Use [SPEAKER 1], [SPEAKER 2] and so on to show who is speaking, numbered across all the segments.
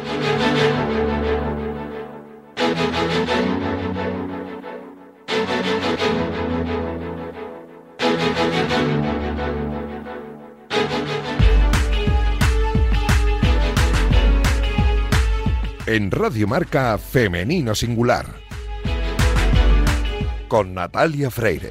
[SPEAKER 1] En Radio Marca, Femenino Singular, con Natalia Freire.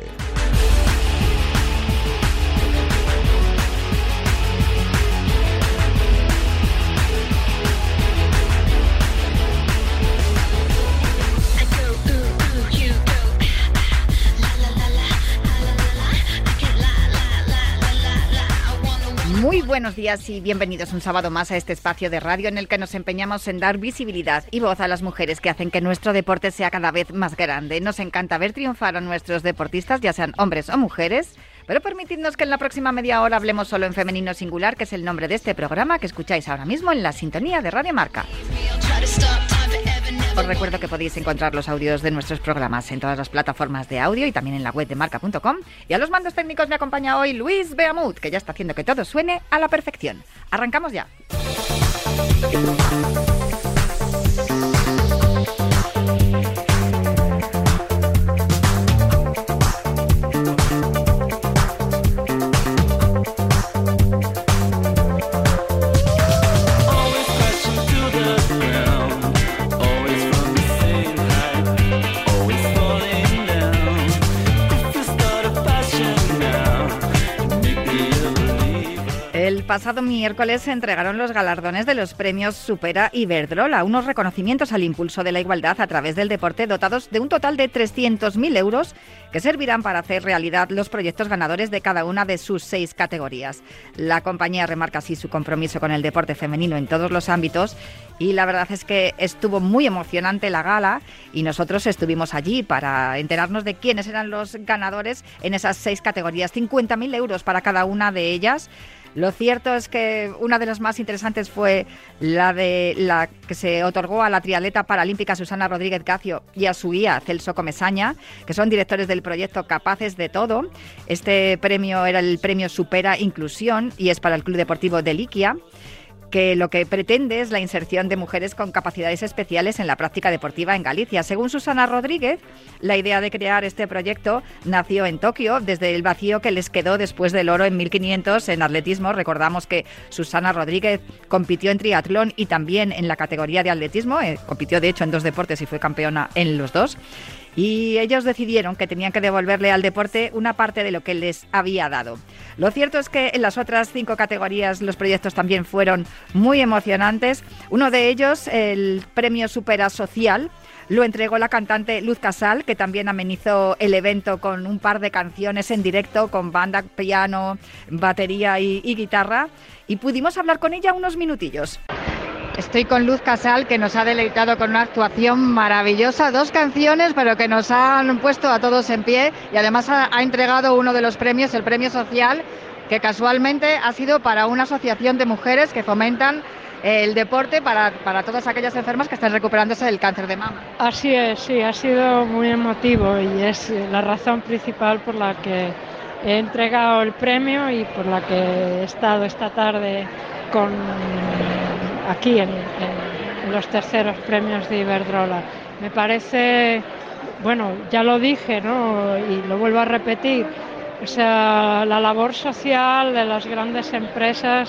[SPEAKER 2] Muy buenos días y bienvenidos un sábado más a este espacio de radio en el que nos empeñamos en dar visibilidad y voz a las mujeres que hacen que nuestro deporte sea cada vez más grande. Nos encanta ver triunfar a nuestros deportistas, ya sean hombres o mujeres, pero permitidnos que en la próxima media hora hablemos solo en femenino singular, que es el nombre de este programa que escucháis ahora mismo en la sintonía de Radio Marca. Os recuerdo que podéis encontrar los audios de nuestros programas en todas las plataformas de audio y también en la web de marca.com. Y a los mandos técnicos me acompaña hoy Luis Beamut, que ya está haciendo que todo suene a la perfección. ¡Arrancamos ya! El pasado miércoles se entregaron los galardones de los premios Supera Iberdrola, unos reconocimientos al impulso de la igualdad a través del deporte dotados de un total de 300.000 euros que servirán para hacer realidad los proyectos ganadores de cada una de sus 6 categorías. La compañía remarca así su compromiso con el deporte femenino en todos los ámbitos y la verdad es que estuvo muy emocionante la gala y nosotros estuvimos allí para enterarnos de quiénes eran los ganadores en esas 6 categorías, 50.000 euros para cada una de ellas. Lo cierto es que una de las más interesantes fue la que se otorgó a la triatleta paralímpica Susana Rodríguez Gacio y a su guía Celso Comesaña, que son directores del proyecto Capaces de Todo. Este premio era el premio Supera Inclusión y es para el Club Deportivo de Liquia, que lo que pretende es la inserción de mujeres con capacidades especiales en la práctica deportiva en Galicia. Según Susana Rodríguez, la idea de crear este proyecto nació en Tokio, desde el vacío que les quedó después del oro en 1500 en atletismo. Recordamos que Susana Rodríguez compitió en triatlón y también en la categoría de atletismo, compitió de hecho en 2 deportes y fue campeona en los 2. Y ellos decidieron que tenían que devolverle al deporte una parte de lo que les había dado. Lo cierto es que en las otras 5 categorías los proyectos también fueron muy emocionantes. Uno de ellos, el premio Supera Social, lo entregó la cantante Luz Casal, que también amenizó el evento con un par de canciones en directo, con banda, piano, batería y guitarra. Y pudimos hablar con ella unos minutillos. Estoy con Luz Casal, que nos ha deleitado con una actuación maravillosa, 2 canciones, pero que nos han puesto a todos en pie y además ha entregado uno de los premios, el premio social, que casualmente ha sido para una asociación de mujeres que fomentan el deporte para todas aquellas enfermas que están recuperándose del cáncer de mama.
[SPEAKER 3] Así es, sí, ha sido muy emotivo y es la razón principal por la que he entregado el premio y por la que he estado esta tarde aquí en los terceros premios de Iberdrola. Me parece, bueno, ya lo dije, ¿no? Y lo vuelvo a repetir, o sea, la labor social de las grandes empresas,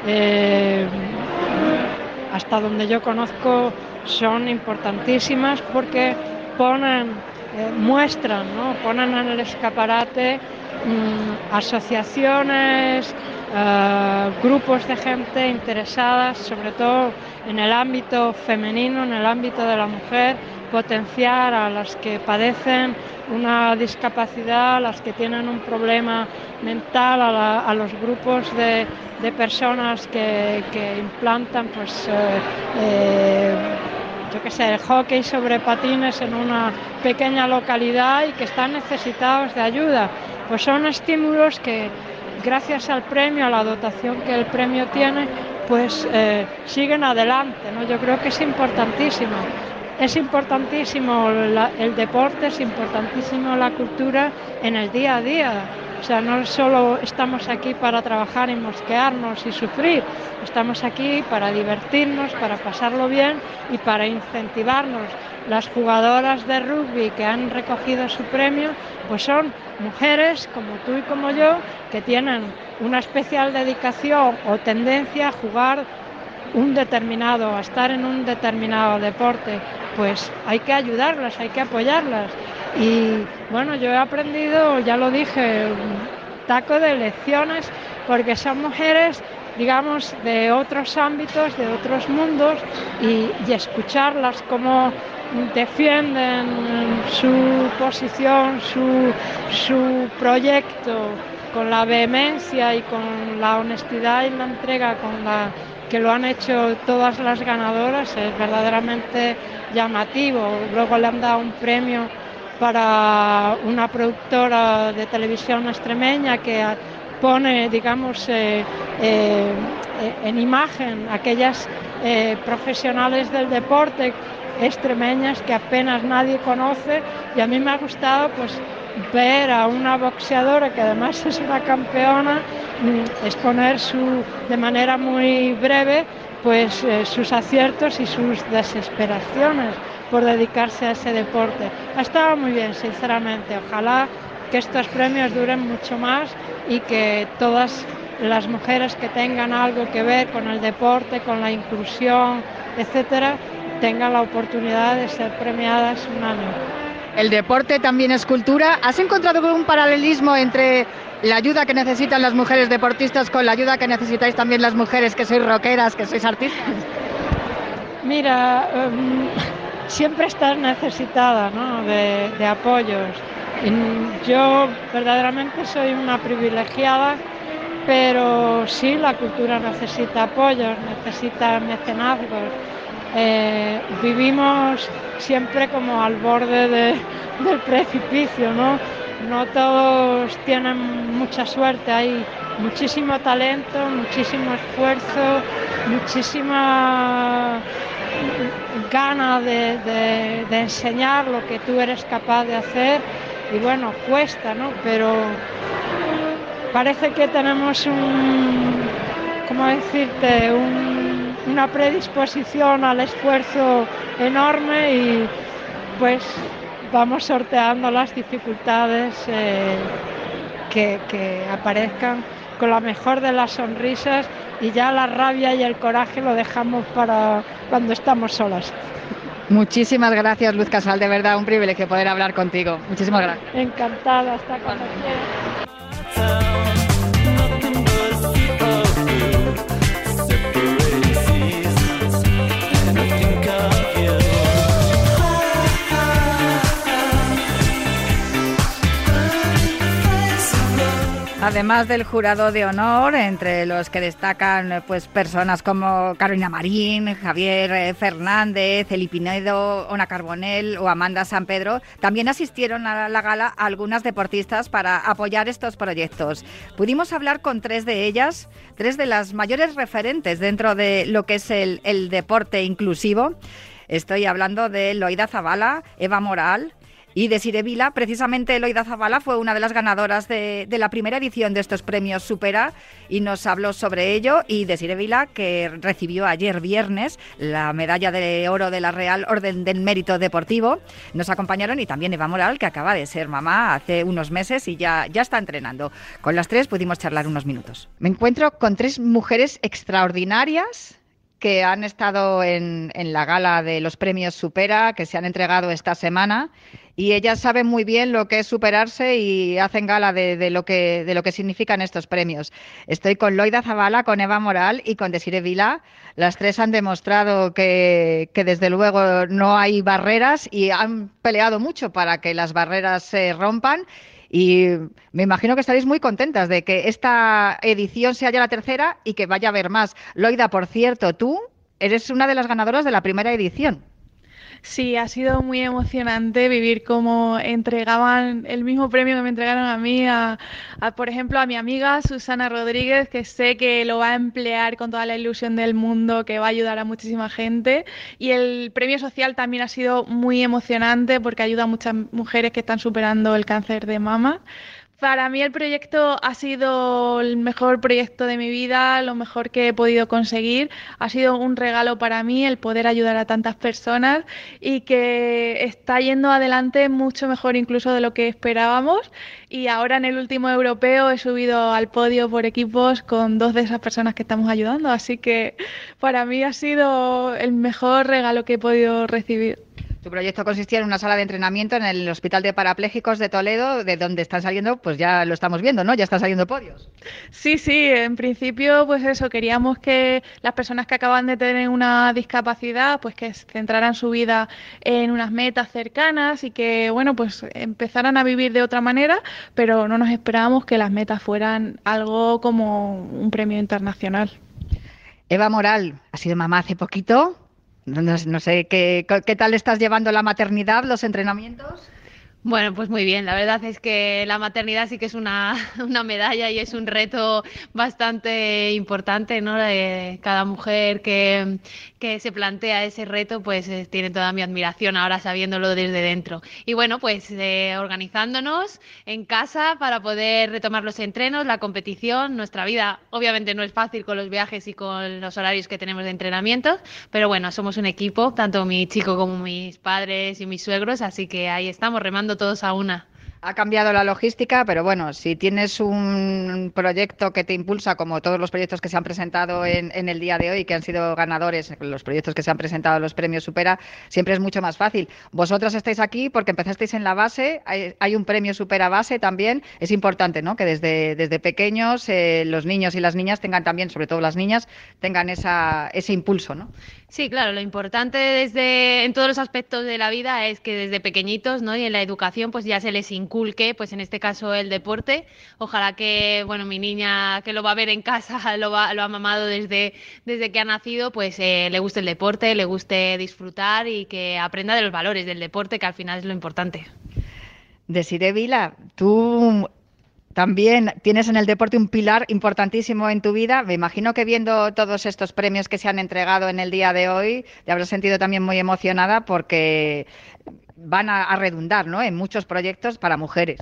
[SPEAKER 3] hasta donde yo conozco, son importantísimas porque muestran, ¿no? Ponen en el escaparate asociaciones, grupos de gente interesadas, sobre todo en el ámbito femenino, en el ámbito de la mujer, potenciar a las que padecen una discapacidad, a las que tienen un problema mental, a los grupos de personas que implantan, pues, yo qué sé, el hockey sobre patines en una pequeña localidad y que están necesitados de ayuda. Pues son estímulos que, gracias al premio, a la dotación que el premio tiene, pues siguen adelante, ¿no? Yo creo que es importantísimo. Es importantísimo el deporte, es importantísimo la cultura en el día a día. O sea, no solo estamos aquí para trabajar y mosquearnos y sufrir, estamos aquí para divertirnos, para pasarlo bien y para incentivarnos. Las jugadoras de rugby que han recogido su premio, pues son mujeres como tú y como yo, que tienen una especial dedicación o tendencia a jugar a estar en un determinado deporte. Pues hay que ayudarlas, hay que apoyarlas. Y bueno, yo he aprendido, ya lo dije, un taco de lecciones, porque son mujeres, digamos, de otros ámbitos, de otros mundos, y escucharlas cómo defienden su posición, su proyecto, con la vehemencia y con la honestidad y la entrega con la que lo han hecho todas las ganadoras, es verdaderamente llamativo. Luego le han dado un premio para una productora de televisión extremeña que pone, digamos, en imagen aquellas profesionales del deporte extremeñas que apenas nadie conoce, y a mí me ha gustado pues ver a una boxeadora que además es una campeona exponer de manera muy breve pues sus aciertos y sus desesperaciones por dedicarse a ese deporte. Ha estado muy bien, sinceramente. Ojalá que estos premios duren mucho más y que todas las mujeres que tengan algo que ver con el deporte, con la inclusión, etcétera, tengan la oportunidad de ser premiadas un año.
[SPEAKER 2] El deporte también es cultura. ¿Has encontrado un paralelismo entre la ayuda que necesitan las mujeres deportistas con la ayuda que necesitáis también las mujeres que sois rockeras, que sois artistas?
[SPEAKER 3] Mira, siempre estás necesitada, ¿no?, de apoyos. Yo verdaderamente soy una privilegiada, pero sí, la cultura necesita apoyos, necesita mecenazgos. Vivimos siempre como al borde del precipicio, ¿no? No todos tienen mucha suerte, hay muchísimo talento, muchísimo esfuerzo, muchísima gana de enseñar lo que tú eres capaz de hacer, y bueno, cuesta, ¿no? Pero parece que tenemos una predisposición al esfuerzo enorme, y pues vamos sorteando las dificultades que aparezcan con la mejor de las sonrisas, y ya la rabia y el coraje lo dejamos para cuando estamos solas.
[SPEAKER 2] Muchísimas gracias, Luz Casal, de verdad un privilegio poder hablar contigo. Muchísimas gracias.
[SPEAKER 3] Encantada, hasta cuando quieras.
[SPEAKER 2] Además del jurado de honor, entre los que destacan pues personas como Carolina Marín, Javier Fernández, Eli Pinedo, Ona Carbonell o Amanda San Pedro, también asistieron a la gala algunas deportistas para apoyar estos proyectos. Pudimos hablar con tres de ellas, tres de las mayores referentes dentro de lo que es el deporte inclusivo. Estoy hablando de Loida Zabala, Eva Moral y Desiree Vila. Precisamente Loida Zabala fue una de las ganadoras de la primera edición de estos premios Supera y nos habló sobre ello, y Desiree Vila, que recibió ayer viernes la medalla de oro de la Real Orden del Mérito Deportivo, nos acompañaron, y también Eva Moral, que acaba de ser mamá hace unos meses y ya está entrenando. Con las tres pudimos charlar unos minutos. Me encuentro con tres mujeres extraordinarias que han estado en la gala de los premios Supera, que se han entregado esta semana, y ellas saben muy bien lo que es superarse y hacen gala de lo que significan estos premios. Estoy con Loida Zabala, con Eva Moral y con Desiree Vila. Las tres han demostrado que desde luego no hay barreras, y han peleado mucho para que las barreras se rompan. Y me imagino que estaréis muy contentas de que esta edición sea ya la tercera y que vaya a haber más. Loida, por cierto, tú eres una de las ganadoras de la primera edición.
[SPEAKER 4] Sí, ha sido muy emocionante vivir cómo entregaban el mismo premio que me entregaron a mí, por ejemplo, a mi amiga Susana Rodríguez, que sé que lo va a emplear con toda la ilusión del mundo, que va a ayudar a muchísima gente. Y el premio social también ha sido muy emocionante porque ayuda a muchas mujeres que están superando el cáncer de mama. Para mí el proyecto ha sido el mejor proyecto de mi vida, lo mejor que he podido conseguir. Ha sido un regalo para mí el poder ayudar a tantas personas y que está yendo adelante mucho mejor incluso de lo que esperábamos. Y ahora en el último europeo he subido al podio por equipos con 2 de esas personas que estamos ayudando. Así que para mí ha sido el mejor regalo que he podido recibir.
[SPEAKER 2] Tu proyecto consistía en una sala de entrenamiento en el Hospital de Parapléjicos de Toledo, de donde están saliendo, pues ya lo estamos viendo, ¿no? Ya están saliendo podios.
[SPEAKER 4] Sí, en principio, pues eso, queríamos que las personas que acaban de tener una discapacidad, pues que centraran su vida en unas metas cercanas y que, bueno, pues empezaran a vivir de otra manera, pero no nos esperábamos que las metas fueran algo como un premio internacional.
[SPEAKER 2] Eva Moral, ha sido mamá hace poquito. No sé, ¿qué tal estás llevando la maternidad, los entrenamientos?
[SPEAKER 5] Bueno, pues muy bien. La verdad es que la maternidad sí que es una medalla y es un reto bastante importante, ¿no? Cada mujer que se plantea ese reto, pues tiene toda mi admiración ahora sabiéndolo desde dentro. Y bueno, pues organizándonos en casa para poder retomar los entrenos, la competición. Nuestra vida obviamente no es fácil con los viajes y con los horarios que tenemos de entrenamientos, pero bueno, somos un equipo, tanto mi chico como mis padres y mis suegros, así que ahí estamos remando todos a una.
[SPEAKER 2] Ha cambiado la logística, pero bueno, si tienes un proyecto que te impulsa, como todos los proyectos que se han presentado en el día de hoy, que han sido ganadores, los proyectos que se han presentado en los premios Supera, siempre es mucho más fácil. Vosotros estáis aquí porque empezasteis en la base, hay un premio Supera base también. Es importante, ¿no?, que desde pequeños los niños y las niñas tengan también, sobre todo las niñas, tengan ese impulso, ¿no?
[SPEAKER 5] Sí, claro, lo importante en todos los aspectos de la vida es que desde pequeñitos, ¿no?, y en la educación pues ya se les inculque, pues en este caso el deporte. Ojalá que, bueno, mi niña que lo va a ver en casa, lo ha mamado desde que ha nacido, pues le guste el deporte, le guste disfrutar y que aprenda de los valores del deporte, que al final es lo importante.
[SPEAKER 2] Desiree Vila, tú también tienes en el deporte un pilar importantísimo en tu vida. Me imagino que viendo todos estos premios que se han entregado en el día de hoy, te habrás sentido también muy emocionada porque van a redundar, ¿no?, en muchos proyectos para mujeres.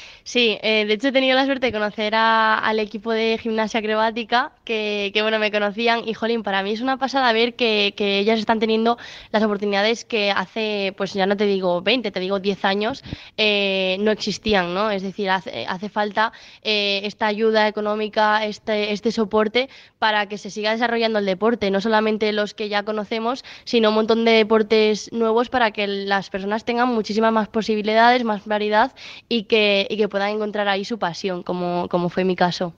[SPEAKER 6] Sí, de hecho he tenido la suerte de conocer al equipo de gimnasia acrobática que bueno, me conocían y jolín, para mí es una pasada ver que ellas están teniendo las oportunidades que hace, pues ya no te digo 20, te digo 10 años, no existían, ¿no? Es decir, hace falta esta ayuda económica, este soporte para que se siga desarrollando el deporte, no solamente los que ya conocemos, sino un montón de deportes nuevos para que las personas tengan muchísimas más posibilidades, más variedad y que puedan encontrar ahí su pasión, como fue mi caso.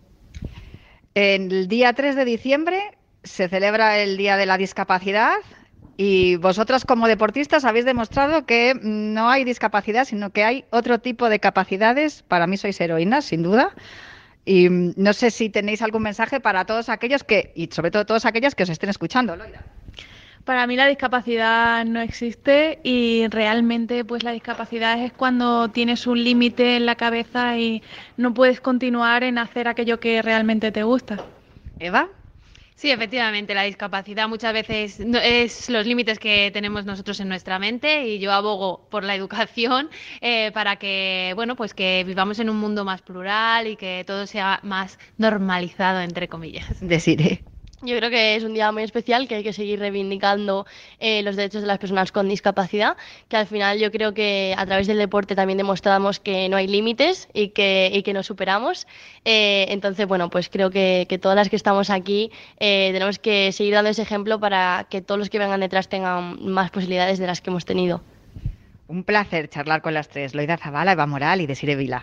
[SPEAKER 2] El día 3 de diciembre se celebra el Día de la Discapacidad y vosotras como deportistas habéis demostrado que no hay discapacidad, sino que hay otro tipo de capacidades. Para mí sois heroínas, sin duda. Y no sé si tenéis algún mensaje para todos aquellos y sobre todo todas aquellas que os estén escuchando, Loida.
[SPEAKER 4] Para mí la discapacidad no existe y realmente pues la discapacidad es cuando tienes un límite en la cabeza y no puedes continuar en hacer aquello que realmente te gusta.
[SPEAKER 2] ¿Eva?
[SPEAKER 5] Sí, efectivamente, la discapacidad muchas veces es los límites que tenemos nosotros en nuestra mente y yo abogo por la educación para que, bueno, pues que vivamos en un mundo más plural y que todo sea más normalizado, entre comillas.
[SPEAKER 2] Desiree.
[SPEAKER 6] Yo creo que es un día muy especial, que hay que seguir reivindicando los derechos de las personas con discapacidad, que al final yo creo que a través del deporte también demostramos que no hay límites y que nos superamos. Entonces, bueno, pues creo que todas las que estamos aquí tenemos que seguir dando ese ejemplo para que todos los que vengan detrás tengan más posibilidades de las que hemos tenido.
[SPEAKER 2] Un placer charlar con las tres, Loida Zabala, Eva Moral y Desiree Vila.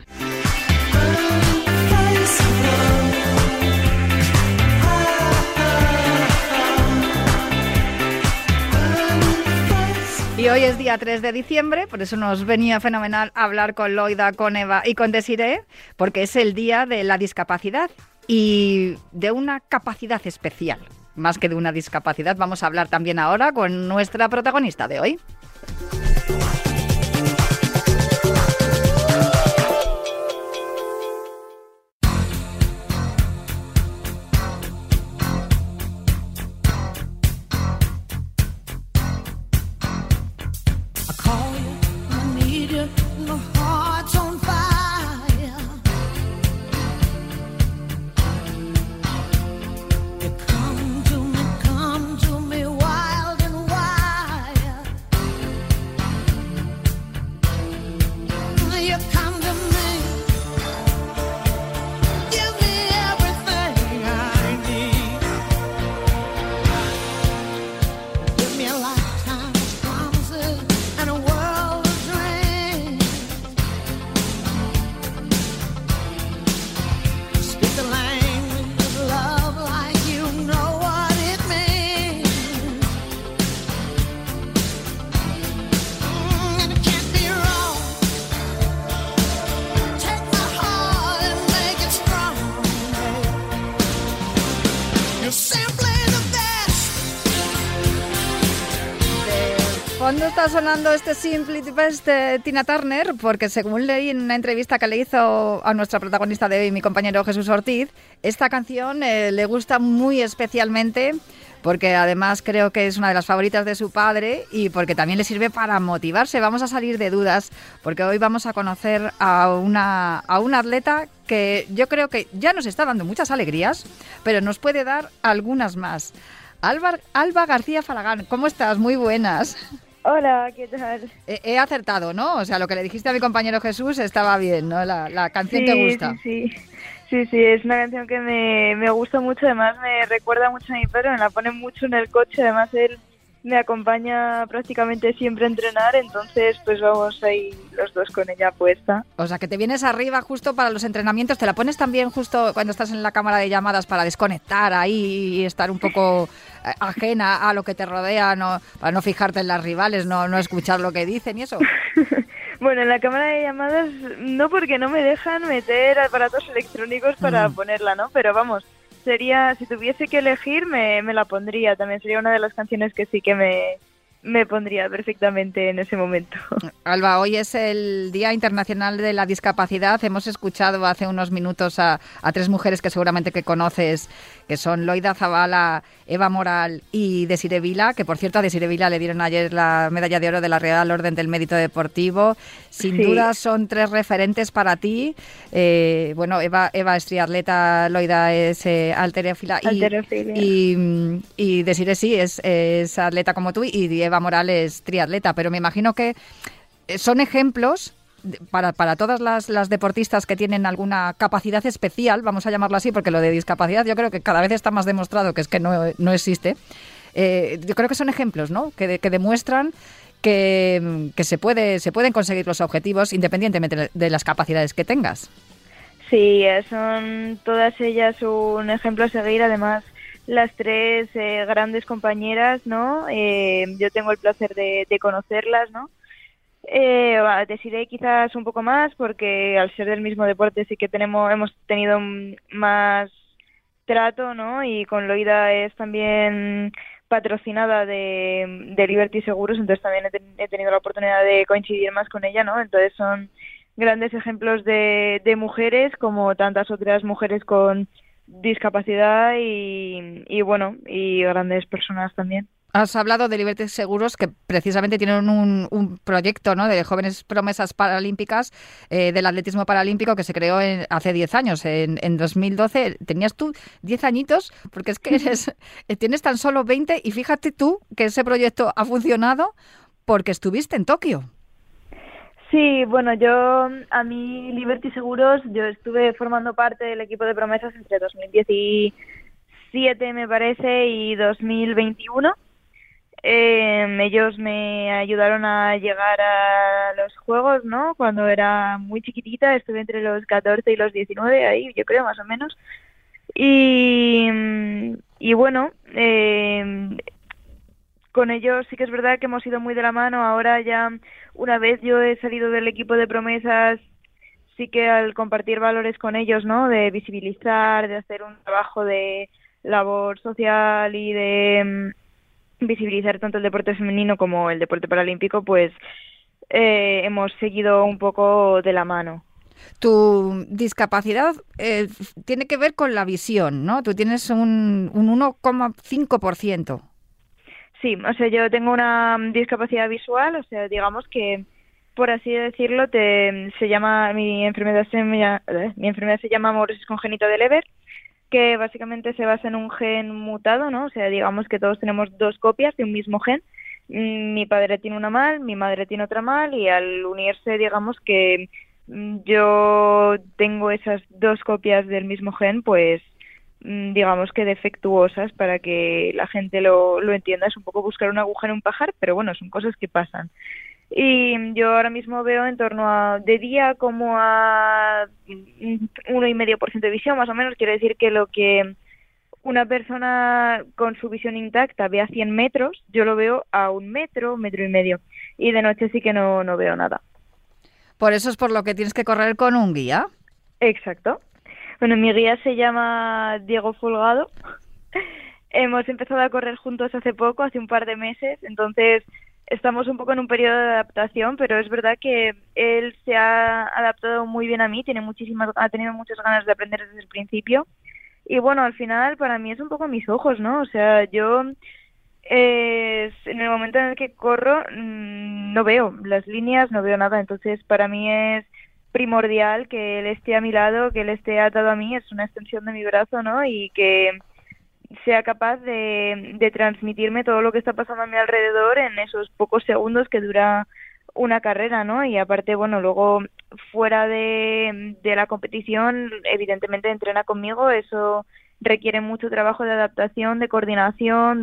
[SPEAKER 2] Y hoy es día 3 de diciembre, por eso nos venía fenomenal hablar con Loida, con Eva y con Desiree, porque es el día de la discapacidad y de una capacidad especial. Más que de una discapacidad, vamos a hablar también ahora con nuestra protagonista de hoy. fondo está sonando este Simply the Best de Tina Turner, porque según leí en una entrevista que le hizo a nuestra protagonista de hoy, mi compañero Jesús Ortiz, esta canción le gusta muy especialmente, porque además creo que es una de las favoritas de su padre y porque también le sirve para motivarse. Vamos a salir de dudas, porque hoy vamos a conocer a una atleta que yo creo que ya nos está dando muchas alegrías, pero nos puede dar algunas más. Alba García Falagán, ¿cómo estás? Muy buenas.
[SPEAKER 7] Hola, ¿qué tal?
[SPEAKER 2] He acertado, ¿no? O sea, lo que le dijiste a mi compañero Jesús estaba bien, ¿no? La canción te gusta.
[SPEAKER 7] Sí, es una canción que me gusta mucho, además me recuerda mucho a mi padre, me la pone mucho en el coche, además él me acompaña prácticamente siempre a entrenar, entonces pues vamos ahí los dos con ella puesta.
[SPEAKER 2] O sea, que te vienes arriba justo para los entrenamientos, te la pones también justo cuando estás en la cámara de llamadas para desconectar ahí y estar un poco ajena a lo que te rodea, no, para no fijarte en las rivales, no escuchar lo que dicen y eso.
[SPEAKER 7] Bueno, en la cámara de llamadas no, porque no me dejan meter aparatos electrónicos para ponerla, ¿no? Pero vamos, sería, si tuviese que elegir, me la pondría. También sería una de las canciones que sí que me pondría perfectamente en ese momento.
[SPEAKER 2] Alba, hoy es el Día Internacional de la Discapacidad. Hemos escuchado hace unos minutos a tres mujeres que seguramente que conoces, que son Loida Zabala, Eva Moral y Desiree Vila, que por cierto a Desiree Vila le dieron ayer la medalla de oro de la Real Orden del Mérito Deportivo. Sin duda son tres referentes para ti. Bueno, Eva es triatleta, Loida es halterófila y Desiree sí es atleta como tú, y Eva Morales, triatleta, pero me imagino que son ejemplos para todas las deportistas que tienen alguna capacidad especial, vamos a llamarlo así, porque lo de discapacidad yo creo que cada vez está más demostrado que es que no existe. Yo creo que son ejemplos, ¿no? que demuestran que se pueden conseguir los objetivos independientemente de las capacidades que tengas.
[SPEAKER 7] Sí, son todas ellas un ejemplo a seguir, además las tres grandes compañeras, ¿no? Yo tengo el placer de conocerlas, ¿no? Desiree quizás un poco más, porque al ser del mismo deporte sí que hemos tenido más trato, ¿no? Y con Loida es también patrocinada de Liberty Seguros, entonces también he tenido la oportunidad de coincidir más con ella, ¿no? Entonces son grandes ejemplos de mujeres, como tantas otras mujeres con discapacidad y bueno, y grandes personas también.
[SPEAKER 2] Has hablado de Liberty Seguros, que precisamente tienen un proyecto, ¿no?, de jóvenes promesas paralímpicas, del atletismo paralímpico, que se creó hace 10 años, en 2012. Tenías tú 10 añitos, porque es que tienes tan solo 20, y fíjate tú que ese proyecto ha funcionado porque estuviste en Tokio.
[SPEAKER 7] Sí, bueno, a mí Liberty Seguros, yo estuve formando parte del equipo de promesas entre 2017, me parece, y 2021. Ellos me ayudaron a llegar a los Juegos, ¿no? Cuando era muy chiquitita, estuve entre los 14 y los 19, ahí yo creo, más o menos. Y bueno, con ellos sí que es verdad que hemos ido muy de la mano. Ahora ya, una vez yo he salido del equipo de promesas, sí que al compartir valores con ellos, ¿no?, de visibilizar, de hacer un trabajo de labor social y de visibilizar tanto el deporte femenino como el deporte paralímpico, pues hemos seguido un poco de la mano.
[SPEAKER 2] Tu discapacidad tiene que ver con la visión, ¿no? Tú tienes un 1,5%.
[SPEAKER 7] Sí, o sea, yo tengo una discapacidad visual, o sea, digamos que, por así decirlo, mi enfermedad se llama amaurosis congénita de Leber, que básicamente se basa en un gen mutado, ¿no? O sea, digamos que todos tenemos dos copias de un mismo gen. Mi padre tiene una mal, mi madre tiene otra mal, y al unirse, digamos que yo tengo esas dos copias del mismo gen, pues digamos que defectuosas, para que la gente lo entienda. Es un poco buscar una aguja en un pajar, pero bueno, son cosas que pasan. Y yo ahora mismo veo en torno a, de día, como a 1,5% de visión, más o menos. Quiere decir que lo que una persona con su visión intacta ve a 100 metros, yo lo veo a 1 metro, 1,5 metros. Y de noche sí que no veo nada.
[SPEAKER 2] Por eso es por lo que tienes que correr con un guía.
[SPEAKER 7] Exacto. Bueno, mi guía se llama Diego Folgado. Hemos empezado a correr juntos hace poco, hace un par de meses, entonces estamos un poco en un periodo de adaptación, pero es verdad que él se ha adaptado muy bien a mí, ha tenido muchas ganas de aprender desde el principio. Y bueno, al final para mí es un poco mis ojos, ¿no? O sea, yo en el momento en el que corro no veo las líneas, no veo nada, entonces para mí es primordial que él esté a mi lado, que él esté atado a mí, es una extensión de mi brazo, ¿no? Y que sea capaz de transmitirme todo lo que está pasando a mi alrededor en esos pocos segundos que dura una carrera, ¿no? Y aparte, bueno, luego fuera de la competición, evidentemente entrena conmigo, eso requiere mucho trabajo de adaptación, de coordinación,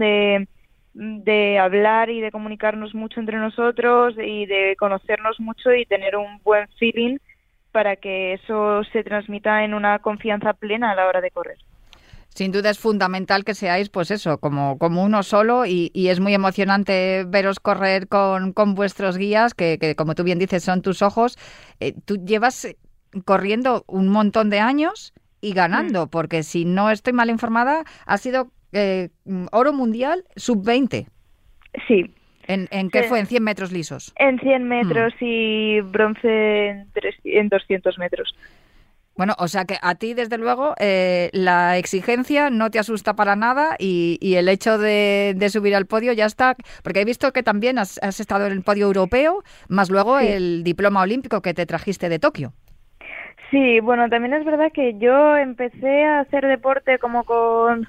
[SPEAKER 7] de hablar y de comunicarnos mucho entre nosotros y de conocernos mucho y tener un buen feeling para que eso se transmita en una confianza plena a la hora de correr.
[SPEAKER 2] Sin duda es fundamental que seáis, pues eso, como uno solo y es muy emocionante veros correr con vuestros guías, que como tú bien dices son tus ojos. Tú llevas corriendo un montón de años y ganando, porque si no estoy mal informada, ha sido oro mundial sub-20.
[SPEAKER 7] Sí.
[SPEAKER 2] ¿En qué fue? ¿En 100 metros lisos?
[SPEAKER 7] En 100 metros y bronce en 200 metros.
[SPEAKER 2] Bueno, o sea que a ti, desde luego, la exigencia no te asusta para nada y el hecho de subir al podio ya está, porque he visto que también has estado en el podio europeo, más luego sí, el diploma olímpico que te trajiste de Tokio.
[SPEAKER 7] Sí, bueno, también es verdad que yo empecé a hacer deporte como con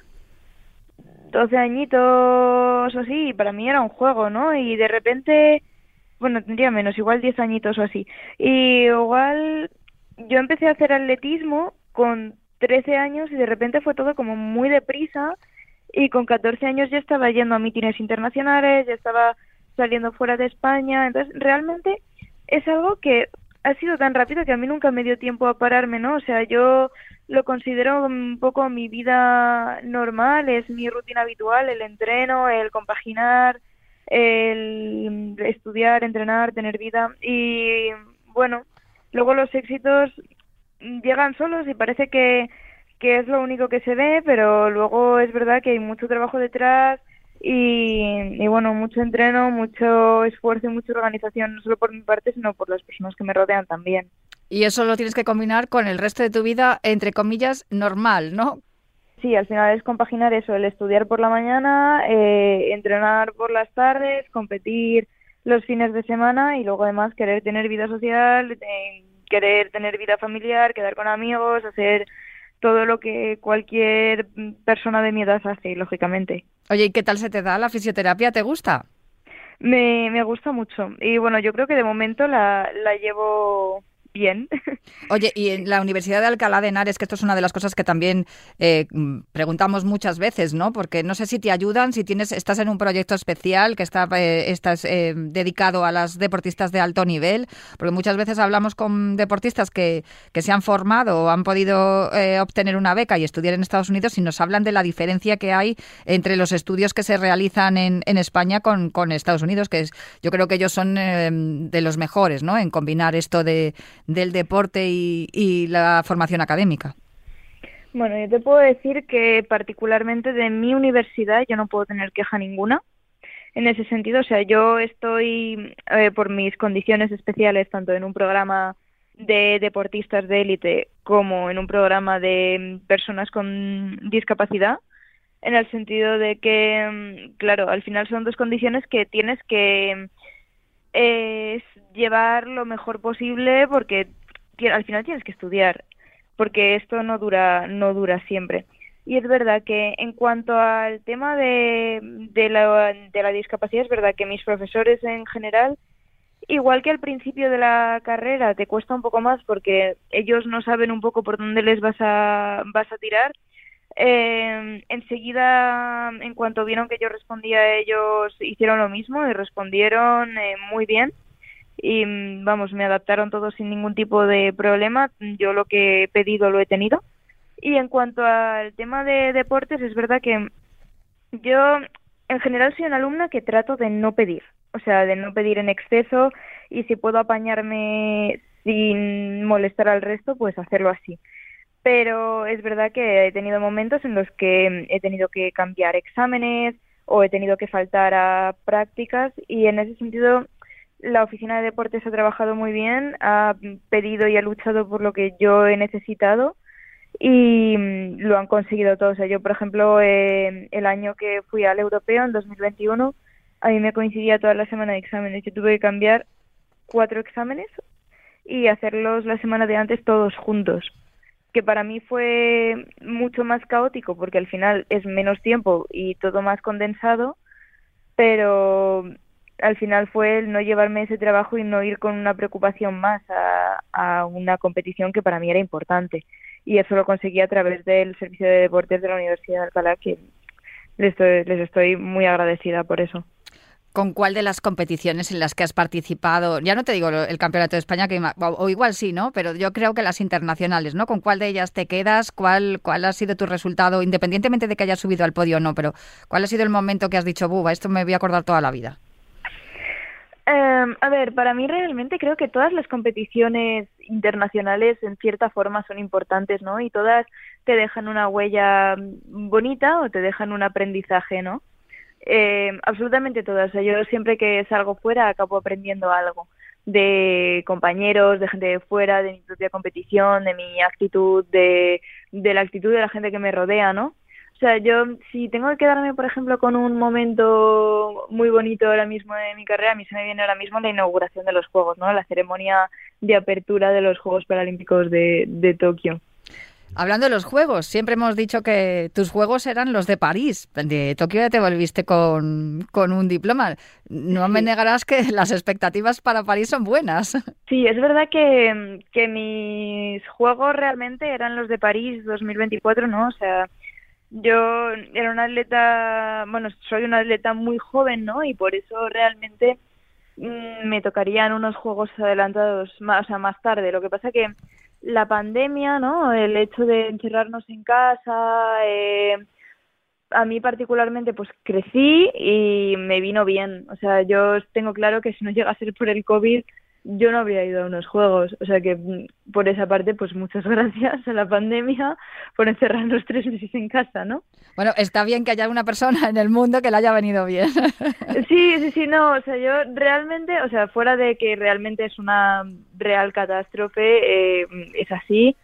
[SPEAKER 7] 12 añitos o así, y para mí era un juego, ¿no? Y de repente, bueno, tendría menos, igual 10 añitos o así, y igual yo empecé a hacer atletismo con 13 años y de repente fue todo como muy deprisa y con 14 años ya estaba yendo a mítines internacionales, ya estaba saliendo fuera de España, entonces realmente es algo que ha sido tan rápido que a mí nunca me dio tiempo a pararme, ¿no? O sea, yo lo considero un poco mi vida normal, es mi rutina habitual, el entreno, el compaginar, el estudiar, entrenar, tener vida y bueno, luego los éxitos llegan solos y parece que es lo único que se ve, pero luego es verdad que hay mucho trabajo detrás y bueno, mucho entreno, mucho esfuerzo y mucha organización, no solo por mi parte, sino por las personas que me rodean también.
[SPEAKER 2] Y eso lo tienes que combinar con el resto de tu vida, entre comillas, normal, ¿no?
[SPEAKER 7] Sí, al final es compaginar eso, el estudiar por la mañana, entrenar por las tardes, competir los fines de semana y luego además querer tener vida social, querer tener vida familiar, quedar con amigos, hacer todo lo que cualquier persona de mi edad hace, lógicamente.
[SPEAKER 2] Oye, ¿y qué tal se te da la fisioterapia? ¿Te gusta?
[SPEAKER 7] Me gusta mucho y bueno, yo creo que de momento la llevo bien.
[SPEAKER 2] Oye, y en la Universidad de Alcalá de Henares, que esto es una de las cosas que también preguntamos muchas veces, ¿no? Porque no sé si te ayudan, si estás en un proyecto especial que estás dedicado a las deportistas de alto nivel, porque muchas veces hablamos con deportistas que se han formado o han podido obtener una beca y estudiar en Estados Unidos y nos hablan de la diferencia que hay entre los estudios que se realizan en España con Estados Unidos, que yo creo que ellos son de los mejores, ¿no? En combinar esto del deporte y la formación académica.
[SPEAKER 7] Bueno, yo te puedo decir que particularmente de mi universidad yo no puedo tener queja ninguna en ese sentido. O sea, yo estoy por mis condiciones especiales tanto en un programa de deportistas de élite como en un programa de personas con discapacidad, en el sentido de que, claro, al final son dos condiciones que tienes que llevar lo mejor posible porque al final tienes que estudiar, porque esto no dura siempre. Y es verdad que en cuanto al tema de la discapacidad, es verdad que mis profesores en general, igual que al principio de la carrera te cuesta un poco más porque ellos no saben un poco por dónde les vas a tirar, enseguida, en cuanto vieron que yo respondía a ellos, hicieron lo mismo y respondieron muy bien. Y vamos, me adaptaron todos sin ningún tipo de problema. Yo lo que he pedido lo he tenido. Y en cuanto al tema de deportes, es verdad que yo en general soy una alumna que trato de no pedir, o sea, de no pedir en exceso y si puedo apañarme sin molestar al resto, pues hacerlo así. Pero es verdad que he tenido momentos en los que he tenido que cambiar exámenes o he tenido que faltar a prácticas, y en ese sentido la oficina de deportes ha trabajado muy bien, ha pedido y ha luchado por lo que yo he necesitado y lo han conseguido todo. O sea, yo, por ejemplo, el año que fui al europeo, en 2021, a mí me coincidía toda la semana de exámenes. Yo tuve que cambiar 4 exámenes y hacerlos la semana de antes todos juntos, que para mí fue mucho más caótico porque al final es menos tiempo y todo más condensado, pero al final fue el no llevarme ese trabajo y no ir con una preocupación más a una competición que para mí era importante. Y eso lo conseguí a través del Servicio de Deportes de la Universidad de Alcalá, que les estoy muy agradecida por eso.
[SPEAKER 2] ¿Con cuál de las competiciones en las que has participado? Ya no te digo el Campeonato de España, o igual sí, ¿no? Pero yo creo que las internacionales, ¿no? ¿Con cuál de ellas te quedas? ¿Cuál ha sido tu resultado? Independientemente de que hayas subido al podio o no, pero ¿cuál ha sido el momento que has dicho, buba, esto me voy a acordar toda la vida?
[SPEAKER 7] A ver, para mí realmente creo que todas las competiciones internacionales en cierta forma son importantes, ¿no? Y todas te dejan una huella bonita o te dejan un aprendizaje, ¿no? Absolutamente todas. O sea, yo siempre que salgo fuera acabo aprendiendo algo de compañeros, de gente de fuera, de mi propia competición, de mi actitud, de la actitud de la gente que me rodea, ¿no? O sea, yo si tengo que quedarme, por ejemplo, con un momento muy bonito ahora mismo de mi carrera, a mí se me viene ahora mismo la inauguración de los Juegos, ¿no? La ceremonia de apertura de los Juegos Paralímpicos de Tokio.
[SPEAKER 2] Hablando de los Juegos, siempre hemos dicho que tus Juegos eran los de París. De Tokio ya te volviste con un diploma. No me negarás que las expectativas para París son buenas.
[SPEAKER 7] Sí, es verdad que mis Juegos realmente eran los de París 2024, ¿no? O sea, yo era una atleta, bueno, soy una atleta muy joven, ¿no? Y por eso realmente me tocarían unos Juegos adelantados más tarde. Lo que pasa que la pandemia, ¿no? El hecho de encerrarnos en casa, a mí particularmente pues crecí y me vino bien. O sea, yo tengo claro que si no llega a ser por el COVID, yo no habría ido a unos Juegos. O sea que por esa parte, pues muchas gracias a la pandemia por encerrarnos 3 meses en casa, ¿no?
[SPEAKER 2] Bueno, está bien que haya una persona en el mundo que le haya venido bien.
[SPEAKER 7] Sí, no, o sea, yo realmente, o sea, fuera de que realmente es una real catástrofe, es así,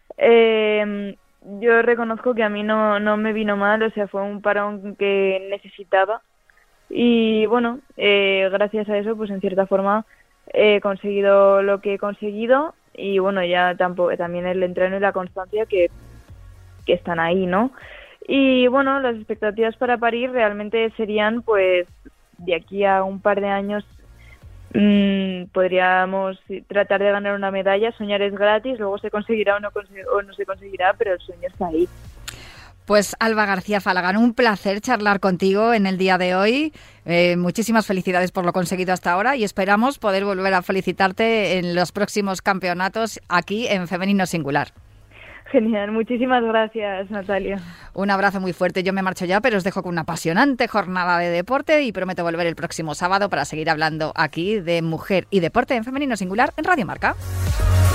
[SPEAKER 7] yo reconozco que a mí no me vino mal, o sea, fue un parón que necesitaba y bueno, gracias a eso, pues en cierta forma he conseguido lo que he conseguido y bueno, ya también el entreno y la constancia que están ahí, ¿no? Y bueno, las expectativas para París realmente serían pues de aquí a un par de años podríamos tratar de ganar una medalla. Soñar es gratis, luego se conseguirá o no se conseguirá, pero el sueño está ahí.
[SPEAKER 2] Pues Alba García Falagán, un placer charlar contigo en el día de hoy. Muchísimas felicidades por lo conseguido hasta ahora y esperamos poder volver a felicitarte en los próximos campeonatos aquí en Femenino Singular.
[SPEAKER 7] Genial, muchísimas gracias, Natalia.
[SPEAKER 2] Un abrazo muy fuerte. Yo me marcho ya, pero os dejo con una apasionante jornada de deporte y prometo volver el próximo sábado para seguir hablando aquí de mujer y deporte en Femenino Singular en Radio Marca.